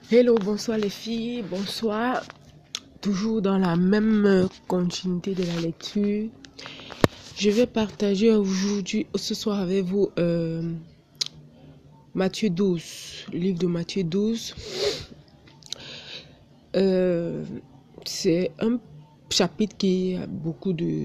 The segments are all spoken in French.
Hello, bonsoir les filles, bonsoir. Toujours dans la même continuité de la lecture. Je vais partager aujourd'hui, ce soir avec vous, Matthieu 12, le livre de Matthieu 12. C'est un chapitre qui a beaucoup de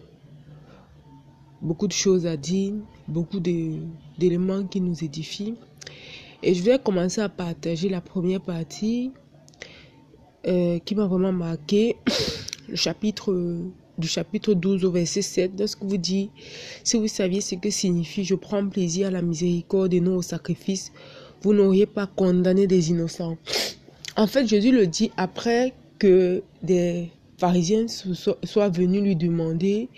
choses à dire, beaucoup d'éléments qui nous édifient. Et je vais commencer à partager la première partie qui m'a vraiment marqué, du chapitre 12 au verset 7, lorsque vous dit, si vous saviez ce que signifie je prends plaisir à la miséricorde et non au sacrifice, vous n'auriez pas condamné des innocents. En fait, Jésus le dit après que des pharisiens soient venus lui demander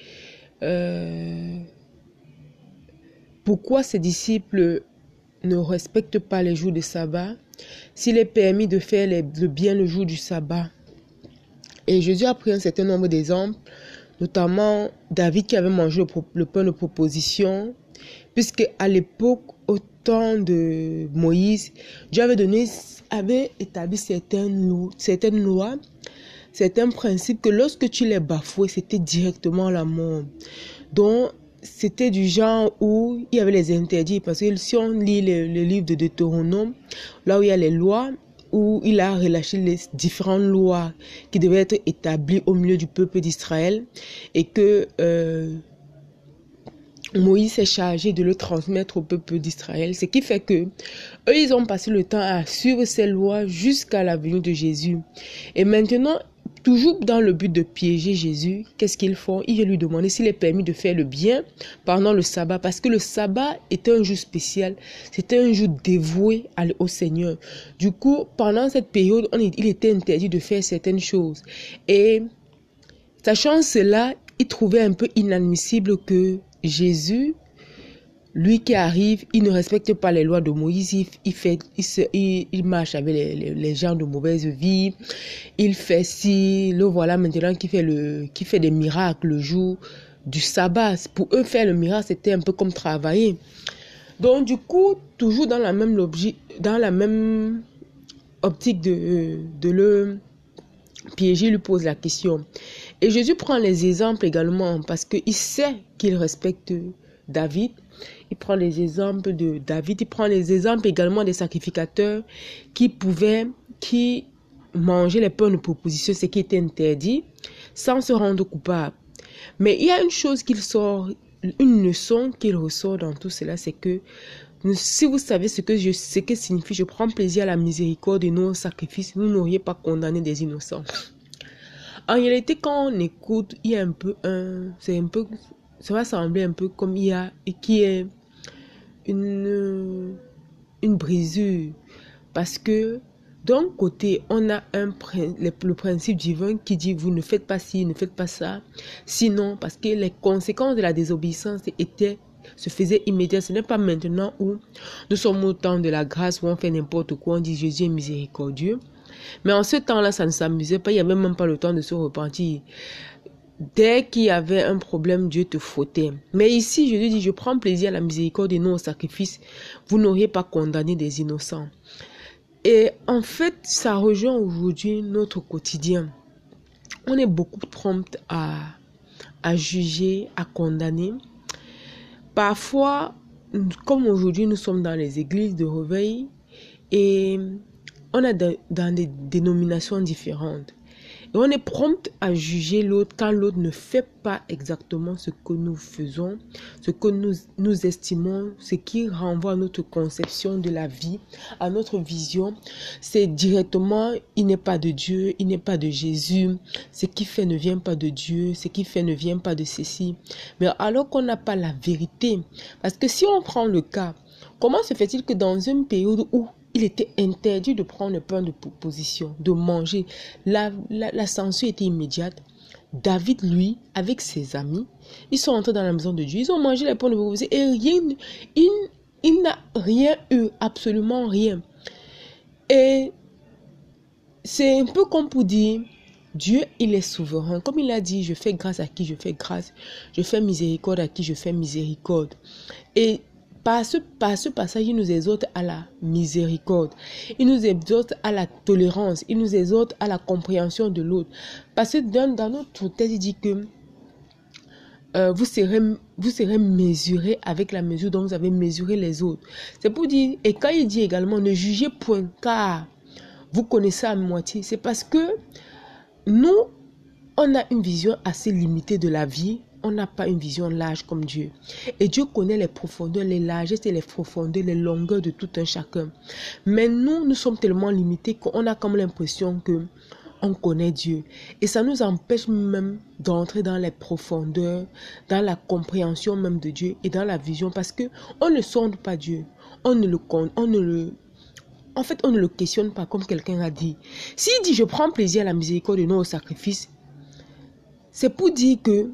pourquoi ses disciples ne respectent pas les jours de sabbat, s'il est permis de faire le bien le jour du sabbat. Et Jésus a pris un certain nombre d'exemples, notamment David qui avait mangé le pain de proposition, puisque à l'époque, au temps de Moïse, Dieu avait établi certaines lois, certains principes que lorsque tu les bafouais, c'était directement la mort. Donc, c'était du genre où il y avait les interdits, parce que si on lit le livre de Deutéronome, là où il y a les lois, où il a relâché les différentes lois qui devaient être établies au milieu du peuple d'Israël et que Moïse s'est chargé de le transmettre au peuple d'Israël, ce qui fait que eux, ils ont passé le temps à suivre ces lois jusqu'à la venue de Jésus. Et maintenant, toujours dans le but de piéger Jésus, qu'est-ce qu'ils font? Ils viennent lui demander s'il est permis de faire le bien pendant le sabbat, parce que le sabbat était un jour spécial, c'était un jour dévoué au Seigneur. Du coup, pendant cette période, il était interdit de faire certaines choses. Et sachant cela, ils trouvaient un peu inadmissible que Jésus, lui qui arrive, il ne respecte pas les lois de Moïse, il marche avec les gens de mauvaise vie, il fait si, le voilà maintenant qui fait des miracles le jour du sabbat. Pour eux, faire le miracle, c'était un peu comme travailler. Donc du coup, toujours dans la même optique de le piéger, il lui pose la question. Et Jésus prend les exemples également parce qu'il sait qu'il respecte David. Il prend les exemples de David, il prend les exemples également des sacrificateurs qui mangeaient les pains de proposition, ce qui était interdit, sans se rendre coupable. Mais il y a une chose une leçon qu'il ressort dans tout cela, c'est que si vous savez ce que signifie je prends plaisir à la miséricorde et non au sacrifice, vous n'auriez pas condamné des innocents. En réalité, quand on écoute, il y a ça va sembler un peu comme qui est une brisure. Parce que d'un côté, on a le principe divin qui dit vous ne faites pas ci, ne faites pas ça. Sinon, parce que les conséquences de la désobéissance se faisaient immédiatement. Ce n'est pas maintenant où nous sommes au temps de la grâce où on fait n'importe quoi, on dit Jésus est miséricordieux. Mais en ce temps-là, ça ne s'amusait pas, il n'y avait même pas le temps de se repentir. Dès qu'il y avait un problème, Dieu te fouettait. Mais ici, Jésus dit, je prends plaisir à la miséricorde et non au sacrifice. Vous n'auriez pas condamné des innocents. Et en fait, ça rejoint aujourd'hui notre quotidien. On est beaucoup prompt à juger, à condamner. Parfois, comme aujourd'hui, nous sommes dans les églises de réveil et on est dans des dénominations différentes. Et on est prompt à juger l'autre quand l'autre ne fait pas exactement ce que nous faisons, ce que nous estimons, ce qui renvoie à notre conception de la vie, à notre vision. C'est directement, il n'est pas de Dieu, il n'est pas de Jésus. Ce qu'il fait ne vient pas de Dieu, ce qu'il fait ne vient pas de ceci. Mais alors qu'on n'a pas la vérité. Parce que si on prend le cas, comment se fait-il que dans une période où il était interdit de prendre le pain de proposition, de manger. La censure était immédiate. David, lui, avec ses amis, ils sont entrés dans la maison de Dieu. Ils ont mangé les pains de proposition et il n'a rien eu, absolument rien. Et c'est un peu comme pour dire, Dieu, il est souverain. Comme il a dit, je fais grâce à qui je fais grâce. Je fais miséricorde à qui je fais miséricorde. Et Par ce passage, il nous exhorte à la miséricorde. Il nous exhorte à la tolérance. Il nous exhorte à la compréhension de l'autre. Parce que dans notre texte, il dit que vous serez mesurés avec la mesure dont vous avez mesuré les autres. C'est pour dire, et quand il dit également, ne jugez point, car vous connaissez à moitié. C'est parce que nous, on a une vision assez limitée de la vie. On n'a pas une vision large comme Dieu. Et Dieu connaît les profondeurs, les largesses et les profondeurs, les longueurs de tout un chacun. Mais nous sommes tellement limités qu'on a comme l'impression que on connaît Dieu. Et ça nous empêche même d'entrer dans les profondeurs, dans la compréhension même de Dieu et dans la vision. Parce que on ne sonde pas Dieu. En fait, on ne le questionne pas comme quelqu'un a dit. S'il dit, je prends plaisir à la miséricorde et non au sacrifice, c'est pour dire que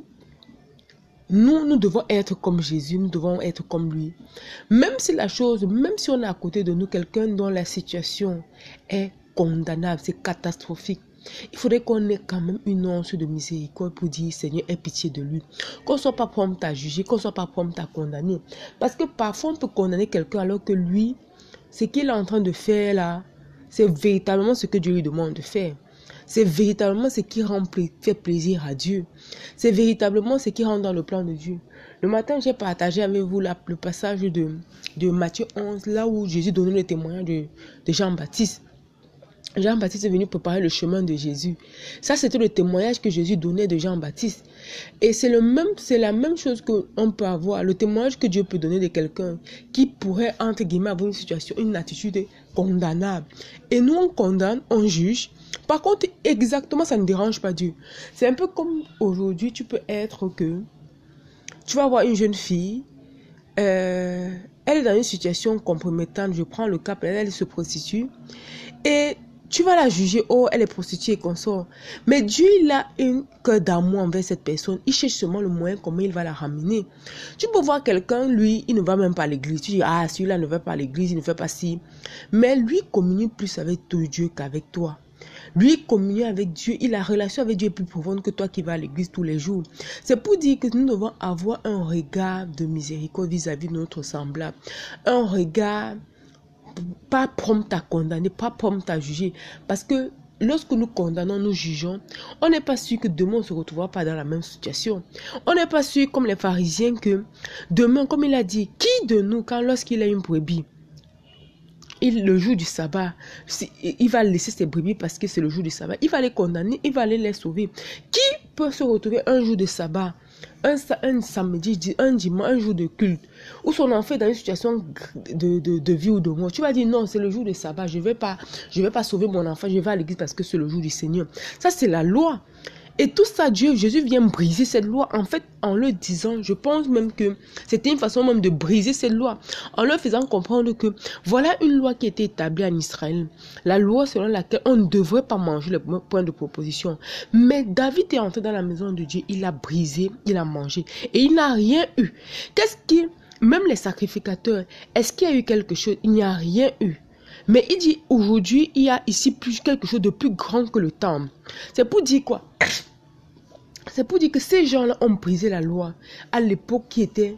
nous devons être comme Jésus, nous devons être comme lui. Même si on a à côté de nous quelqu'un dont la situation est condamnable, c'est catastrophique, il faudrait qu'on ait quand même une once de miséricorde pour dire, Seigneur, aie pitié de lui. Qu'on ne soit pas prompt à juger, qu'on ne soit pas prompt à condamner. Parce que parfois, on peut condamner quelqu'un alors que lui, ce qu'il est en train de faire là, c'est véritablement ce que Dieu lui demande de faire. C'est véritablement ce qui fait plaisir à Dieu. C'est véritablement ce qui rentre dans le plan de Dieu. Le matin, j'ai partagé avec vous le passage de Matthieu 11, là où Jésus donnait le témoignage de Jean-Baptiste. Jean-Baptiste est venu préparer le chemin de Jésus. Ça, c'était le témoignage que Jésus donnait de Jean-Baptiste. Et c'est la même chose qu'on peut avoir. Le témoignage que Dieu peut donner de quelqu'un qui pourrait, entre guillemets, avoir une situation, une attitude condamnable. Et nous, on condamne, on juge. Par contre, exactement, ça ne dérange pas Dieu. C'est un peu comme aujourd'hui, tu peux être que tu vas voir une jeune fille, elle est dans une situation compromettante, je prends le cas, elle se prostitue, et tu vas la juger, oh, elle est prostituée et consort. Mais Dieu, il a un cœur d'amour envers cette personne. Il cherche seulement le moyen comment il va la ramener. Tu peux voir quelqu'un, lui, il ne va même pas à l'église. Tu dis, ah, celui-là ne va pas à l'église, il ne fait pas ci. Mais lui communie plus avec ton Dieu qu'avec toi. Lui communie avec Dieu, la relation avec Dieu est plus profonde que toi qui vas à l'église tous les jours. C'est pour dire que nous devons avoir un regard de miséricorde vis-à-vis de notre semblable. Un regard pas prompt à condamner, pas prompt à juger. Parce que lorsque nous condamnons, nous jugeons, on n'est pas sûr que demain on ne se retrouvera pas dans la même situation. On n'est pas sûr, comme les pharisiens, que demain, comme il a dit, qui de nous, lorsqu'il a une brebis, le jour du sabbat, il va laisser ses brebis parce que c'est le jour du sabbat. Il va les condamner, il va aller les sauver. Qui peut se retrouver un jour de sabbat, un samedi, un dimanche, un jour de culte, où son enfant est dans une situation de vie ou de mort? Tu vas dire non, c'est le jour de sabbat, je vais pas sauver mon enfant, je vais à l'église parce que c'est le jour du Seigneur. Ça, c'est la loi. Et tout ça, Jésus vient briser cette loi. En fait, en le disant, je pense même que c'était une façon même de briser cette loi. En leur faisant comprendre que voilà une loi qui a été établie en Israël. La loi selon laquelle on ne devrait pas manger le point de proposition. Mais David est entré dans la maison de Dieu. Il a brisé, il a mangé. Et il n'a rien eu. Même les sacrificateurs, est-ce qu'il y a eu quelque chose? Il n'y a rien eu. Mais il dit, aujourd'hui, il y a ici quelque chose de plus grand que le temple. C'est pour dire quoi? C'est pour dire que ces gens-là ont brisé la loi à l'époque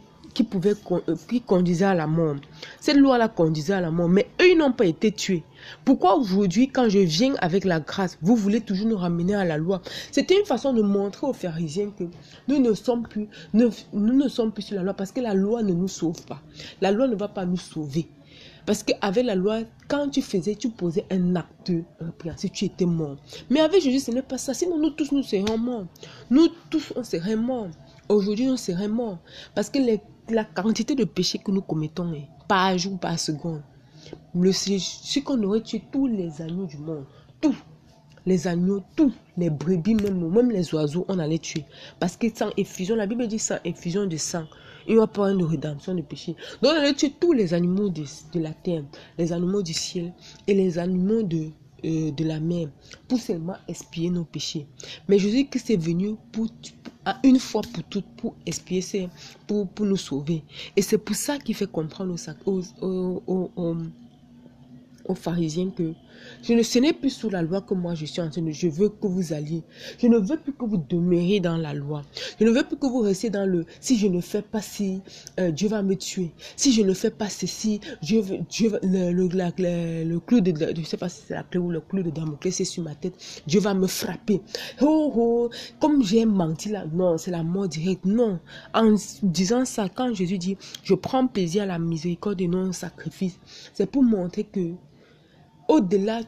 qui conduisait à la mort. Cette loi-là conduisait à la mort, mais eux, ils n'ont pas été tués. Pourquoi aujourd'hui, quand je viens avec la grâce, vous voulez toujours nous ramener à la loi? C'était une façon de montrer aux pharisiens que nous ne sommes plus sur la loi parce que la loi ne nous sauve pas. La loi ne va pas nous sauver. Parce qu'avec la loi, quand tu posais un acte répréhensible, tu étais mort. Mais avec Jésus, ce n'est pas ça. Sinon, nous tous, nous serions morts. Nous tous, on serait morts. Aujourd'hui, on serait morts. Parce que la quantité de péchés que nous commettons est par jour, par seconde. Ce qu'on aurait tué tous les agneaux du monde. Tous. Les agneaux, tous. Les brebis, même les oiseaux, on allait tuer. Parce que sans effusion, la Bible dit sans effusion de sang, il n'y aura pas une rédemption de péché. Donc, on allait tuer tous les animaux de la terre, les animaux du ciel et les animaux de la mer pour seulement expier nos péchés. Mais Jésus-Christ est venu une fois pour toutes pour expier, pour nous sauver. Et c'est pour ça qu'il fait comprendre aux pharisiens que Ce n'est plus sous la loi que moi je suis en train de... Je veux que vous alliez. Je ne veux plus que vous demeuriez dans la loi. Je ne veux plus que vous restiez dans le... Si je ne fais pas ci, Dieu va me tuer. Si je ne fais pas ceci, le clou de... Je ne sais pas si c'est la clé ou le clou de Damoclès, c'est sur ma tête. Dieu va me frapper. Oh, oh, comme j'ai menti là. Non, c'est la mort directe. Non. En disant ça, quand Jésus dit, je prends plaisir à la miséricorde et non au sacrifice, c'est pour montrer que au-delà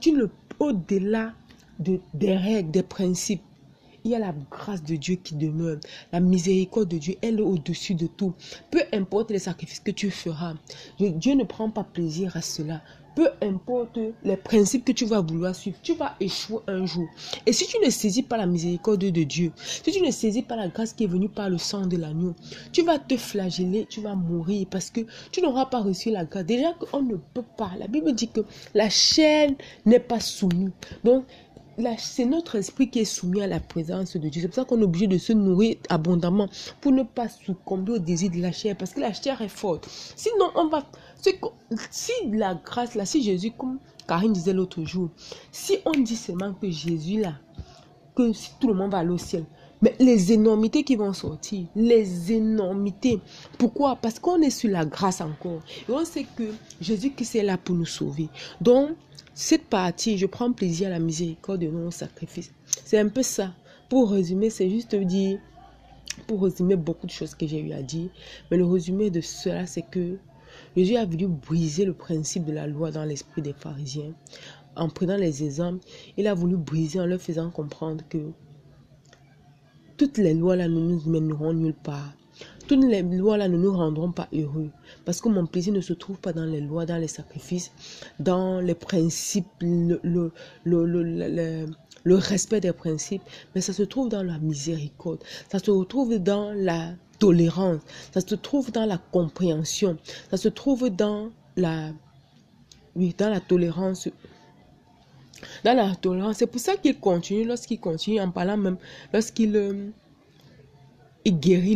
des règles, des principes, il y a la grâce de Dieu qui demeure. La miséricorde de Dieu, elle est au-dessus de tout. Peu importe les sacrifices que tu feras, Dieu ne prend pas plaisir à cela. Peu importe les principes que tu vas vouloir suivre, tu vas échouer un jour. Et si tu ne saisis pas la miséricorde de Dieu, si tu ne saisis pas la grâce qui est venue par le sang de l'agneau, tu vas te flageller, tu vas mourir parce que tu n'auras pas reçu la grâce. Déjà qu'on ne peut pas. La Bible dit que la chair n'est pas soumise. Donc, c'est notre esprit qui est soumis à la présence de Dieu. C'est pour ça qu'on est obligé de se nourrir abondamment pour ne pas succomber au désir de la chair. Parce que la chair est forte. Sinon, on va... Si la grâce, là, si Jésus, comme Karine disait l'autre jour, si on dit seulement que Jésus, là, que si tout le monde va aller au ciel, mais les énormités qui vont sortir, les énormités. Pourquoi? Parce qu'on est sur la grâce encore. Et on sait que Jésus-Christ est là pour nous sauver. Donc, cette partie, je prends plaisir à la miséricorde de nos sacrifices. C'est un peu ça. Pour résumer, c'est juste dire, pour résumer beaucoup de choses que j'ai eu à dire, mais le résumé de cela, c'est que Jésus a voulu briser le principe de la loi dans l'esprit des pharisiens. En prenant les exemples, il a voulu briser en leur faisant comprendre que toutes les lois là ne nous mèneront nulle part. Toutes les lois là ne nous rendront pas heureux. Parce que mon plaisir ne se trouve pas dans les lois, dans les sacrifices, dans les principes, le respect des principes. Mais ça se trouve dans la miséricorde. Ça se trouve dans la tolérance. Ça se trouve dans la compréhension. Ça se trouve dans la tolérance. Dans la tolérance. C'est pour ça qu'il continue, lorsqu'il continue en parlant même, lorsqu'il il guérit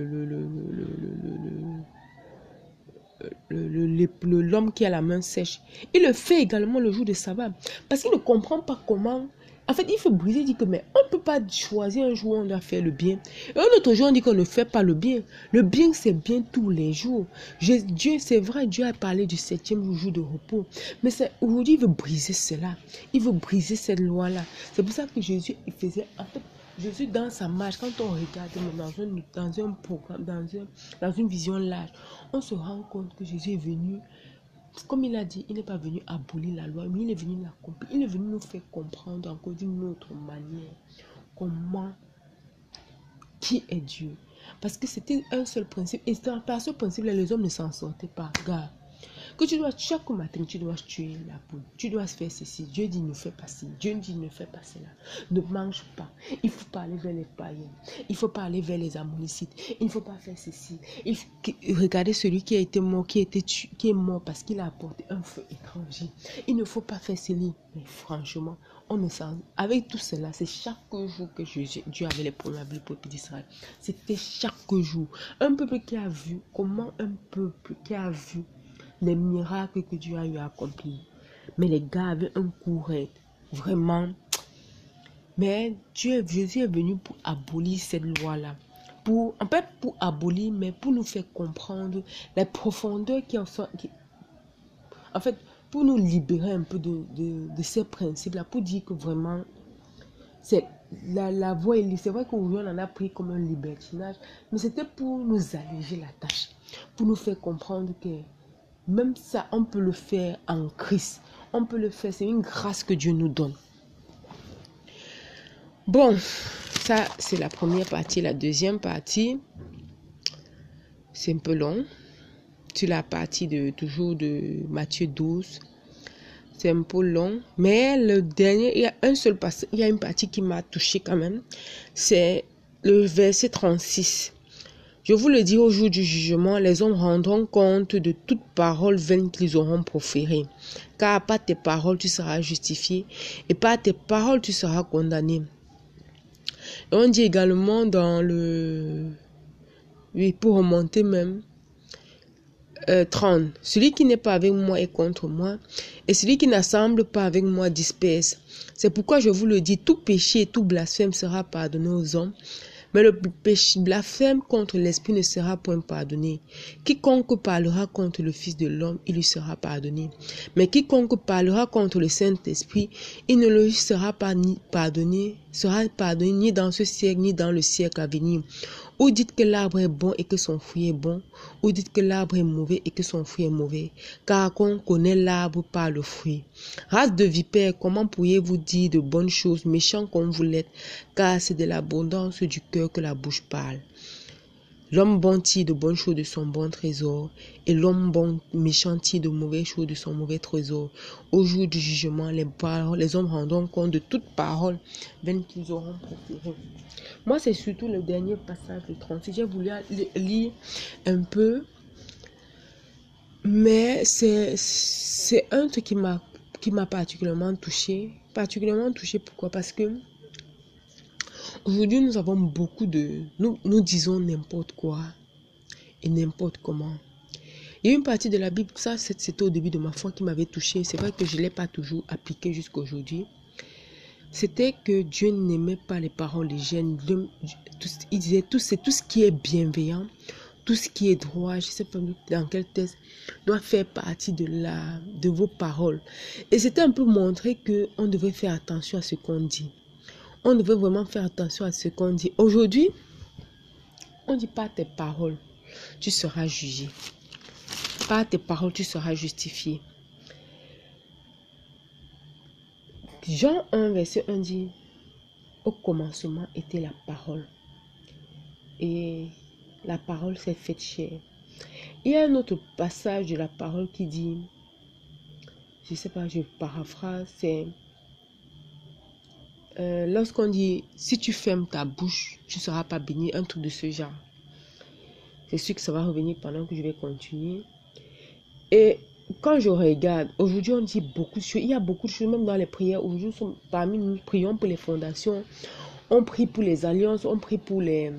l'homme qui a la main sèche. Il le fait également le jour de sabbat. Parce qu'il ne comprend pas comment. En fait, il faut briser, il dit que mais on ne peut pas choisir un jour où on doit faire le bien. Et un autre jour, on dit qu'on ne fait pas le bien. Le bien, c'est bien tous les jours. Dieu, c'est vrai, Dieu a parlé du 7e jour de repos. Mais aujourd'hui, il veut briser cela. Il veut briser cette loi-là. C'est pour ça que Jésus, il faisait... En fait, Jésus, dans sa marche, quand on regarde dans un programme, dans une vision large, on se rend compte que Jésus est venu, comme il a dit, il n'est pas venu abolir la loi, mais il est venu l'accomplir. Il est venu nous faire comprendre encore d'une autre manière qui est Dieu. Parce que c'était un seul principe. Et par ce principe-là, les hommes ne s'en sortaient pas. Regarde. Que tu dois, chaque matin, tu dois tuer la poule. Tu dois faire ceci. Dieu dit ne fais pas ci. Dieu dit ne fais pas cela. Ne mange pas. Il faut pas aller vers les païens. Il faut pas aller vers les ammolicites. Il ne faut pas faire ceci. Regardez celui qui a été mort, qui est mort parce qu'il a apporté un feu étranger. Il ne faut pas faire cela. Mais franchement, on ne sent. Avec tout cela, c'est chaque jour que Dieu avait les problèmes avec le peuple d'Israël. C'était chaque jour. Un peuple qui a vu comment un peuple qui a vu les miracles que Dieu a eu à accomplir. Mais les gars avaient un courage, vraiment. Mais Jésus est venu pour abolir cette loi-là. En fait, pour abolir, mais pour nous faire comprendre les profondeurs en fait, pour nous libérer un peu de ces principes-là, pour dire que vraiment, c'est la voie est libre. C'est vrai qu'aujourd'hui, on en a pris comme un libertinage, mais c'était pour nous alléger la tâche, pour nous faire comprendre que même ça, on peut le faire en Christ. On peut le faire, c'est une grâce que Dieu nous donne. Bon, ça, c'est la première partie. La deuxième partie, c'est un peu long. C'est la partie toujours de Matthieu 12. C'est un peu long. Mais le dernier, il y a une partie qui m'a touché quand même. C'est le verset 36. Je vous le dis, au jour du jugement, les hommes rendront compte de toute parole vaine qu'ils auront proférée. Car par tes paroles, tu seras justifié, et par tes paroles, tu seras condamné. Et on dit également dans pour remonter même, 30. Celui qui n'est pas avec moi est contre moi, et celui qui n'assemble pas avec moi disperse. C'est pourquoi je vous le dis, tout péché et tout blasphème sera pardonné aux hommes, mais le blasphème contre l'Esprit ne sera point pardonné. Quiconque parlera contre le Fils de l'homme, il lui sera pardonné. Mais quiconque parlera contre le Saint-Esprit, il ne lui sera pas pardonné ni dans ce siècle, ni dans le siècle à venir. Ou dites que l'arbre est bon et que son fruit est bon, ou dites que l'arbre est mauvais et que son fruit est mauvais, car on connaît l'arbre par le fruit. Race de vipères, comment pourriez-vous dire de bonnes choses, méchants comme vous l'êtes, car c'est de l'abondance du cœur que la bouche parle. L'homme bon tire de bonnes choses de son bon trésor, et l'homme bon méchant tire de mauvaises choses de son mauvais trésor. Au jour du jugement, les hommes rendront compte de toute parole vaine qu'ils auront proférée. Moi, c'est surtout le dernier passage de 36. J'ai voulu lire un peu, mais c'est un truc qui m'a particulièrement touchée. Pourquoi? Parce que aujourd'hui, nous avons beaucoup de... Nous disons n'importe quoi et n'importe comment. Il y a une partie de la Bible, ça c'était au début de ma foi qui m'avait touchée. C'est vrai que je ne l'ai pas toujours appliqué jusqu'à aujourd'hui. C'était que Dieu n'aimait pas les paroles légères. Il disait tout ce qui est bienveillant, tout ce qui est droit, je ne sais pas dans quel texte, doit faire partie de vos paroles. Et c'était un peu montrer qu'on devait faire attention à ce qu'on dit. On devait vraiment faire attention à ce qu'on dit. Aujourd'hui, on ne dit pas tes paroles, tu seras jugé. Par tes paroles, tu seras justifié. Jean 1, verset 1 dit, au commencement était la parole. Et la parole s'est faite chair. Il y a un autre passage de la parole qui dit, je ne sais pas, je paraphrase, c'est lorsqu'on dit, si tu fermes ta bouche, tu ne seras pas béni, un truc de ce genre. C'est sûr que ça va revenir pendant que je vais continuer. Et quand je regarde, aujourd'hui on dit beaucoup de choses, il y a beaucoup de choses, même dans les prières, aujourd'hui parmi nous prions pour les fondations, on prie pour les alliances, on prie pour les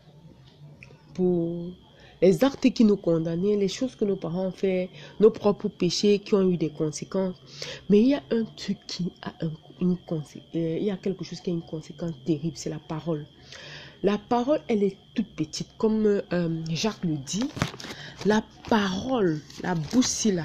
actes qui nous condamnaient, les choses que nos parents ont fait, nos propres péchés qui ont eu des conséquences. Mais il y a un truc qui a il y a quelque chose qui a une conséquence terrible, c'est la parole. La parole, elle est toute petite, comme Jacques le dit. La parole, la bouche là,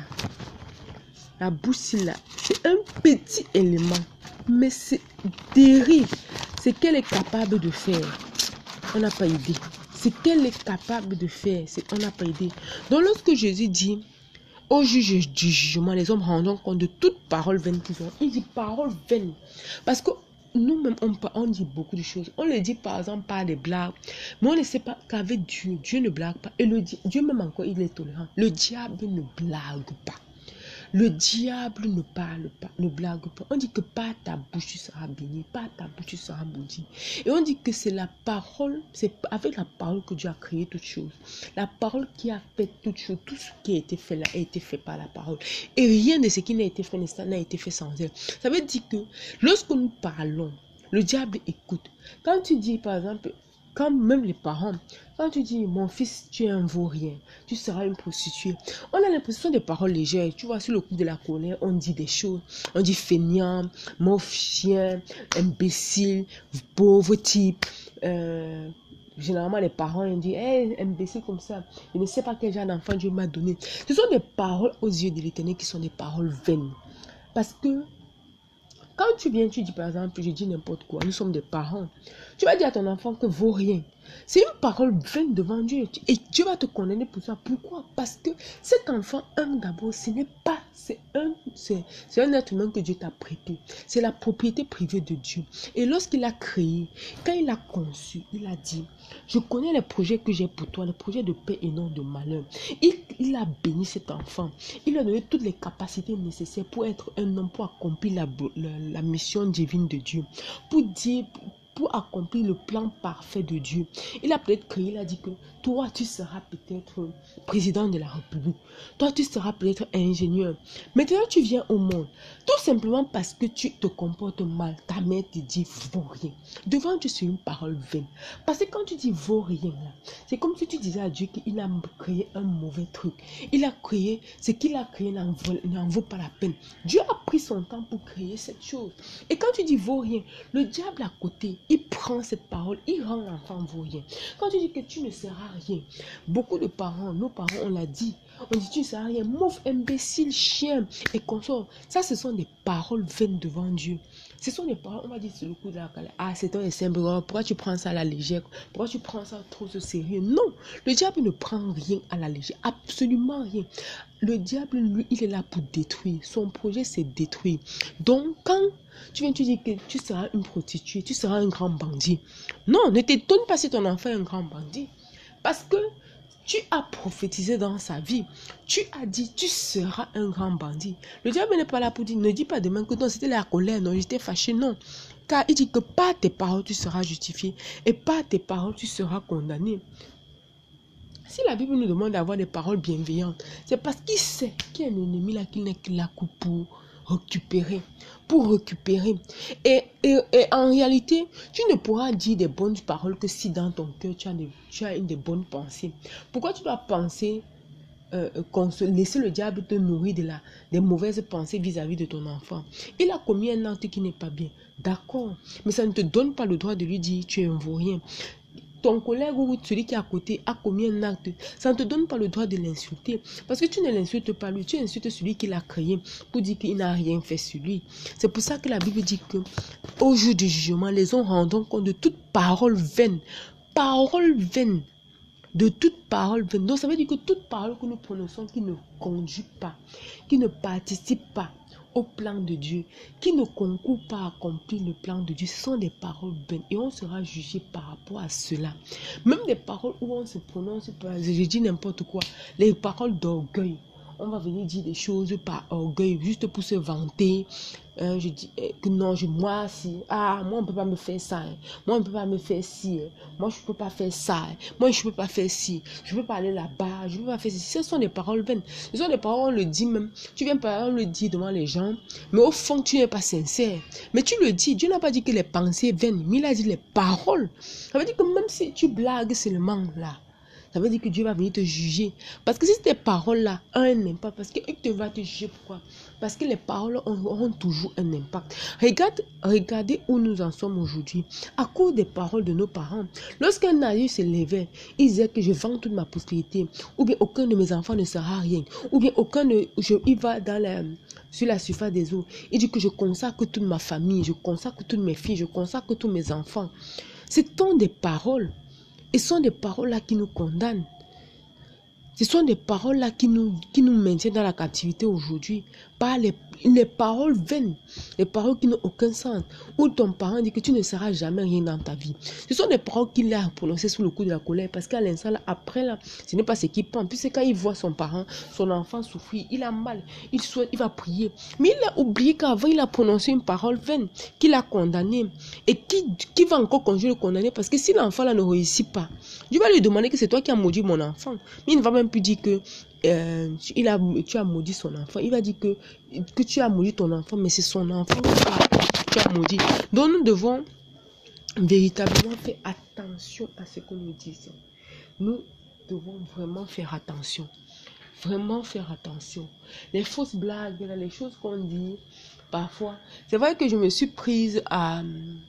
c'est un petit élément, mais c'est terrible. C'est qu'elle est capable de faire. On n'a pas idée. C'est qu'elle est capable de faire. On n'a pas idée. Donc lorsque Jésus dit, au juge du jugement, les hommes rendront compte de toute parole vaine qu'ils ont. Il dit parole vaine. Parce que nous-mêmes, on dit beaucoup de choses. On le dit par exemple par des blagues. Mais on ne sait pas qu'avec Dieu, Dieu ne blague pas. Et Dieu même encore, il est tolérant. Le diable ne blague pas. Le diable ne parle pas, ne blague pas. On dit que par ta bouche tu seras béni, par ta bouche tu seras maudit. Et on dit que c'est la parole, c'est avec la parole que Dieu a créé toutes choses. La parole qui a fait toutes choses, tout ce qui a été fait là a été fait par la parole. Et rien de ce qui n'a été fait n'a été fait sans elle. Ça veut dire que lorsque nous parlons, le diable écoute. Quand tu dis par exemple, quand même les parents, quand tu dis mon fils, tu es un vaurien, tu seras une prostituée, on a l'impression des paroles légères. Tu vois, sur le coup de la colère, on dit des choses. On dit feignant, mon chien, imbécile, pauvre type. Généralement, les parents ils disent hey, imbécile comme ça. Je ne sais pas quel genre d'enfant Dieu m'a donné. Ce sont des paroles aux yeux de l'Éternel qui sont des paroles vaines. Parce que quand tu viens, tu dis par exemple, je dis n'importe quoi, nous sommes des parents. Tu vas dire à ton enfant que vaut rien. C'est une parole vaine devant Dieu. Et Dieu va te condamner pour ça. Pourquoi? Parce que cet enfant, d'abord, ce n'est pas, c'est un être humain que Dieu t'a prêté. C'est la propriété privée de Dieu. Et lorsqu'il a créé, quand il a conçu, il a dit, je connais les projets que j'ai pour toi, les projets de paix et non de malheur. Il a béni cet enfant. Il lui a donné toutes les capacités nécessaires pour être un homme, pour accomplir la mission divine de Dieu. Pour accomplir le plan parfait de Dieu. Il a peut-être créé, il a dit que toi, tu seras peut-être président de la République. Toi, tu seras peut-être ingénieur. Maintenant, tu viens au monde. Tout simplement parce que tu te comportes mal. Ta mère te dit vaut rien. Devant Dieu, c'est une parole vaine. Parce que quand tu dis vaut rien, c'est comme si tu disais à Dieu qu'il a créé un mauvais truc. Il a créé, ce qu'il a créé n'en vaut pas la peine. Dieu a pris son temps pour créer cette chose. Et quand tu dis vaut rien, le diable à côté, il prend cette parole, il rend l'enfant vaut rien. Quand tu dis que tu ne seras rien, beaucoup de parents, nos parents, on l'a dit, on dit tu ne seras rien, mauve, imbécile, chien et consort. Ça, ce sont des paroles vaines devant Dieu. Ce sont des paroles, on va dire sur le coup de la calée. Ah, c'est un simple, pourquoi tu prends ça à la légère? Pourquoi tu prends ça trop au sérieux? Non, le diable ne prend rien à la légère, absolument rien. Le diable, lui, il est là pour détruire. Son projet, c'est détruire. Donc, quand tu viens te dire que tu seras une prostituée, tu seras un grand bandit. Non, ne t'étonne pas si ton enfant est un grand bandit. Parce que tu as prophétisé dans sa vie. Tu as dit, tu seras un grand bandit. Le diable n'est pas là pour dire, ne dis pas demain que non, c'était la colère, non, j'étais fâché, non. Car il dit que par tes paroles, tu seras justifié. Et par tes paroles, tu seras condamné. Si la Bible nous demande d'avoir des paroles bienveillantes, c'est parce qu'il sait qu'il y a un ennemi là qui n'est que là pour récupérer. Pour récupérer. Et en réalité, tu ne pourras dire des bonnes paroles que si dans ton cœur, tu as une des bonnes pensées. Pourquoi tu dois penser, laisser le diable te nourrir des mauvaises pensées vis-à-vis de ton enfant? Il a commis un acte qui n'est pas bien. D'accord. Mais ça ne te donne pas le droit de lui dire tu es un vaurien. Ton collègue ou celui qui est à côté a commis un acte, ça ne te donne pas le droit de l'insulter. Parce que tu ne l'insultes pas lui, tu insultes celui qui l'a créé pour dire qu'il n'a rien fait sur lui. C'est pour ça que la Bible dit que au jour du jugement, les hommes rendront compte de toute parole vaine. Parole vaine. De toute parole vaine. Donc ça veut dire que toute parole que nous prononçons qui ne conduit pas, qui ne participe pas au plan de Dieu, qui ne concourt pas à accomplir le plan de Dieu, ce sont des paroles vaines et on sera jugé par rapport à cela. Même des paroles où on se prononce, je dis n'importe quoi, les paroles d'orgueil. On va venir dire des choses par orgueil, juste pour se vanter. Je dis que non, moi, si, moi, on ne peut pas me faire ça. Moi, on ne peut pas me faire ci. Moi, je ne peux pas faire ça. Moi, je ne peux pas faire ci. Je ne peux pas aller là-bas. Je ne peux pas faire ci. Ce sont des paroles vaines. Ce sont des paroles, on le dit même. Tu viens par exemple le dire devant les gens, mais au fond, tu n'es pas sincère. Mais tu le dis. Dieu n'a pas dit que les pensées vaines, mais il a dit les paroles. Ça veut dire que même si tu blagues seulement là, ça veut dire que Dieu va venir te juger. Parce que si tes paroles-là ont un impact, parce qu'il te va te juger, pourquoi? Parce que les paroles auront toujours un impact. Regardez où nous en sommes aujourd'hui. À cause des paroles de nos parents. Lorsqu'un naïf se levait, il disait que je vends toute ma prospérité. Ou bien aucun de mes enfants ne sera rien. Ou bien il va sur la surface des eaux. Il dit que je consacre toute ma famille, je consacre toutes mes filles, je consacre tous mes enfants. Ce sont des paroles. Et ce sont des paroles-là qui nous condamnent. Ce sont des paroles-là qui nous maintiennent dans la captivité aujourd'hui. Par les paroles vaines, les paroles qui n'ont aucun sens. Où ton parent dit que tu ne seras jamais rien dans ta vie. Ce sont des paroles qu'il a prononcées sous le coup de la colère. Parce qu'à l'instant, là, après, là, ce n'est pas ce qu'il pense. Puis c'est quand il voit son parent, son enfant souffrir, il a mal, il va prier. Mais il a oublié qu'avant, il a prononcé une parole vaine, qu'il a condamnée. Et qui va encore continuer de le condamner. Parce que si l'enfant là ne réussit pas, Dieu va lui demander que c'est toi qui as maudit mon enfant. Mais il ne va même plus dire que tu as maudit son enfant. Il va dire que tu as maudit ton enfant, mais c'est son enfant que tu as maudit. Donc nous devons véritablement faire attention à ce que nous disons. Nous devons vraiment faire attention. Vraiment faire attention. Les fausses blagues, les choses qu'on dit, parfois. C'est vrai que je me suis prise à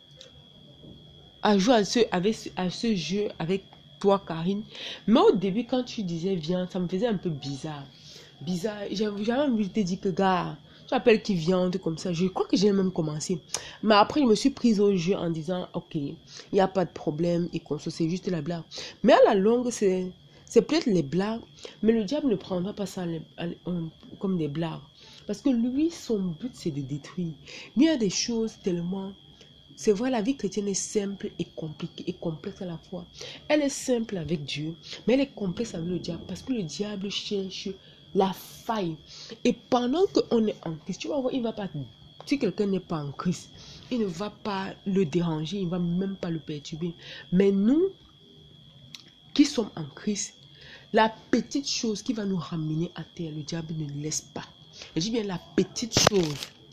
jouer à ce jeu avec toi, Karine. Mais au début, quand tu disais viande, ça me faisait un peu bizarre. J'avais envie de te dire que, gars, tu appelles qui viande comme ça. Je crois que j'ai même commencé. Mais après, je me suis prise au jeu en disant, ok, il n'y a pas de problème. Et c'est juste la blague. Mais à la longue, c'est peut-être les blagues. Mais le diable ne prendra pas ça comme des blagues. Parce que lui, son but, c'est de détruire. Mais il y a des choses tellement... C'est vrai, la vie chrétienne est simple et compliquée et complexe à la fois. Elle est simple avec Dieu, mais elle est complexe avec le diable parce que le diable cherche la faille. Et pendant qu'on est en Christ, tu vas voir, il va pas. Si quelqu'un n'est pas en Christ, il ne va pas le déranger, il ne va même pas le perturber. Mais nous qui sommes en Christ, la petite chose qui va nous ramener à terre, le diable ne laisse pas. Je dis bien la petite chose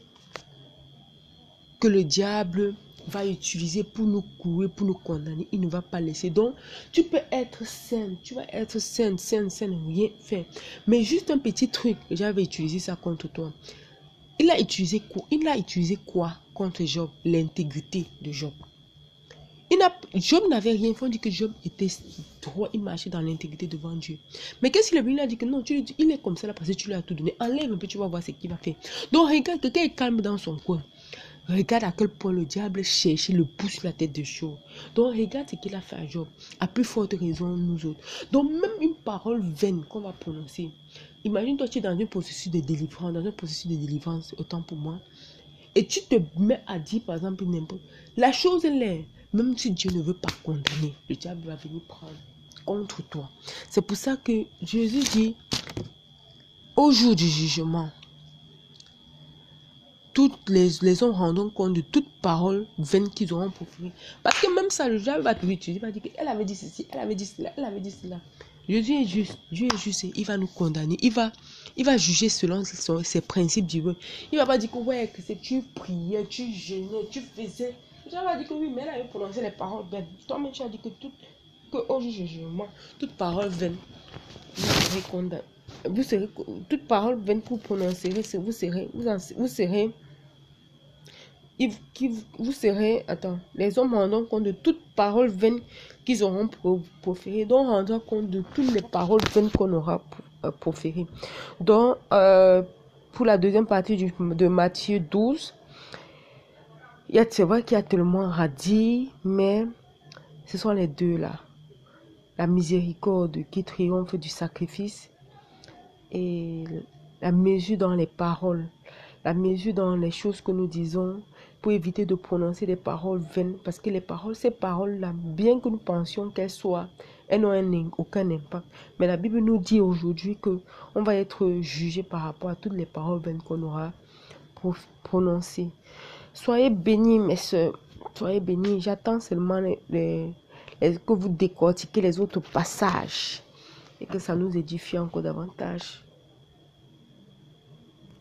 que le diable va utiliser pour nous courir, pour nous condamner, il ne va pas laisser. Donc, tu peux être saine, tu vas être saine, rien faire. Mais juste un petit truc, le diable va utiliser ça contre toi. Il a utilisé quoi contre Job? L'intégrité de Job. Job n'avait rien fait, on dit que Job était droit, il marchait dans l'intégrité devant Dieu. Mais qu'est-ce qu'il a vu? Il a dit que non, il est comme ça là parce que tu lui as tout donné. Enlève un peu, tu vas voir ce qu'il va faire. Donc regarde, quelqu'un est calme dans son coin. Regarde à quel point le diable cherche, le pousse sur la tête de Job. Donc regarde ce qu'il a fait à Job. À plus forte raison, nous autres. Donc même une parole vaine qu'on va prononcer. Imagine toi, tu es dans un processus de délivrance, autant pour moi. Et tu te mets à dire par exemple n'importe. La chose elle est. Même si Dieu ne veut pas condamner, le diable va venir prendre contre toi. C'est pour ça que Jésus dit, au jour du jugement, toutes les hommes rendront compte de toute parole vaine qu'ils auront proférée. Parce que même ça, le diable va te l'utiliser. Il va dire qu'elle avait dit ceci, elle avait dit cela, elle avait dit cela. Jésus est juste, Dieu est juste, il va nous condamner. Il va juger selon ses principes divins. Il ne va pas dire que ouais, que tu priais, tu jeûnais, tu faisais. Le diable va dire que oui, mais elle avait prononcé les paroles vaines. Toi-même, tu as dit que au jugement, toute parole vaine, vous serez condamné. Toute parole vaine que vous prononcerez, vous serez, les hommes rendront compte de toute parole vaine qu'ils auront proférée, donc rendront compte de toutes les paroles vaines qu'on aura proférées. Donc, pour la deuxième partie de Matthieu 12, c'est vrai qu'il y a tellement à dire, mais ce sont les deux là. La miséricorde qui triomphe du sacrifice et la mesure dans les paroles, la mesure dans les choses que nous disons pour éviter de prononcer des paroles vaines. Parce que ces paroles-là, bien que nous pensions qu'elles soient, elles n'ont aucun impact. Mais la Bible nous dit aujourd'hui qu'on va être jugé par rapport à toutes les paroles vaines qu'on aura prononcées. Soyez bénis, mes soeurs. Soyez bénis. J'attends seulement que vous décortiquez les autres passages et que ça nous édifie encore davantage.